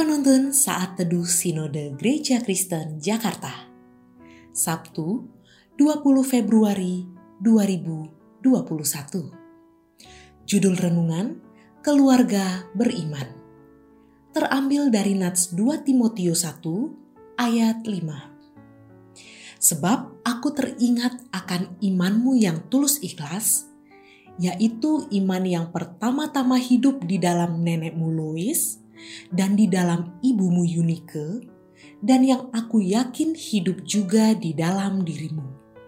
Penuntun Saat Teduh Sinode Gereja Kristen Jakarta, Sabtu 20 Februari 2021. Judul renungan, Keluarga Beriman. Terambil dari Nats 2 Timotius 1 ayat 5. Sebab aku teringat akan imanmu yang tulus ikhlas, yaitu iman yang pertama-tama hidup di dalam nenekmu Lois dan di dalam ibumu Yunike, dan yang aku yakin hidup juga di dalam dirimu.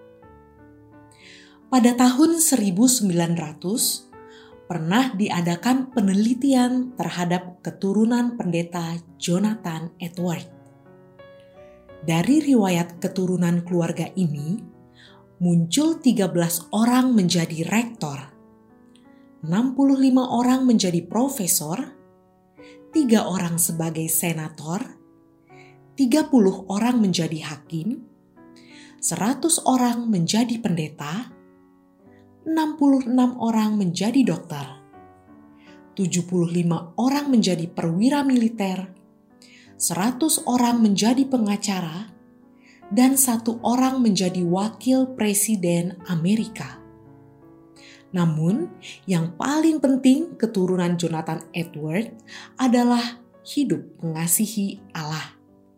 Pada tahun 1900, pernah diadakan penelitian terhadap keturunan pendeta Jonathan Edwards. Dari riwayat keturunan keluarga ini, muncul 13 orang menjadi rektor, 65 orang menjadi profesor, 3 orang sebagai senator, 30 orang menjadi hakim, 100 orang menjadi pendeta, 66 orang menjadi dokter, 75 orang menjadi perwira militer, 100 orang menjadi pengacara, dan 1 orang menjadi wakil presiden Amerika. Namun, yang paling penting keturunan Jonathan Edwards adalah hidup mengasihi Allah.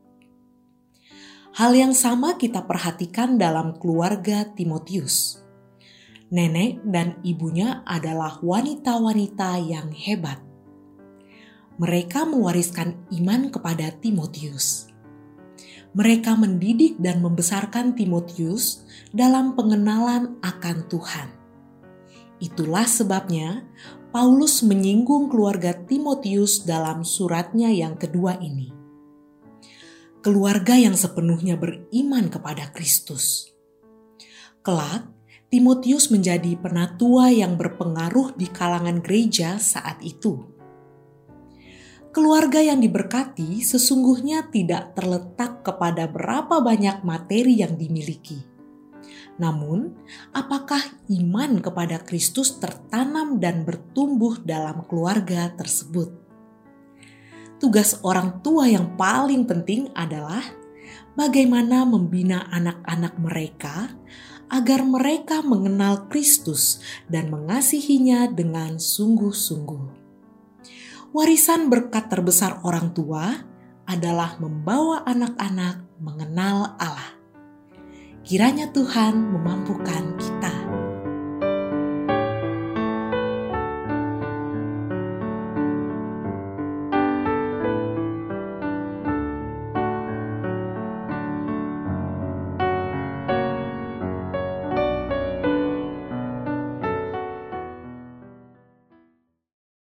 Hal yang sama kita perhatikan dalam keluarga Timotius. Nenek dan ibunya adalah wanita-wanita yang hebat. Mereka mewariskan iman kepada Timotius. Mereka mendidik dan membesarkan Timotius dalam pengenalan akan Tuhan. Itulah sebabnya Paulus menyinggung keluarga Timotius dalam suratnya yang kedua ini. Keluarga yang sepenuhnya beriman kepada Kristus. Kelak, Timotius menjadi penatua yang berpengaruh di kalangan gereja saat itu. Keluarga yang diberkati sesungguhnya tidak terletak kepada berapa banyak materi yang dimiliki. Namun, apakah iman kepada Kristus tertanam dan bertumbuh dalam keluarga tersebut? Tugas orang tua yang paling penting adalah bagaimana membina anak-anak mereka agar mereka mengenal Kristus dan mengasihinya dengan sungguh-sungguh. Warisan berkat terbesar orang tua adalah membawa anak-anak mengenal Allah. Kiranya Tuhan memampukan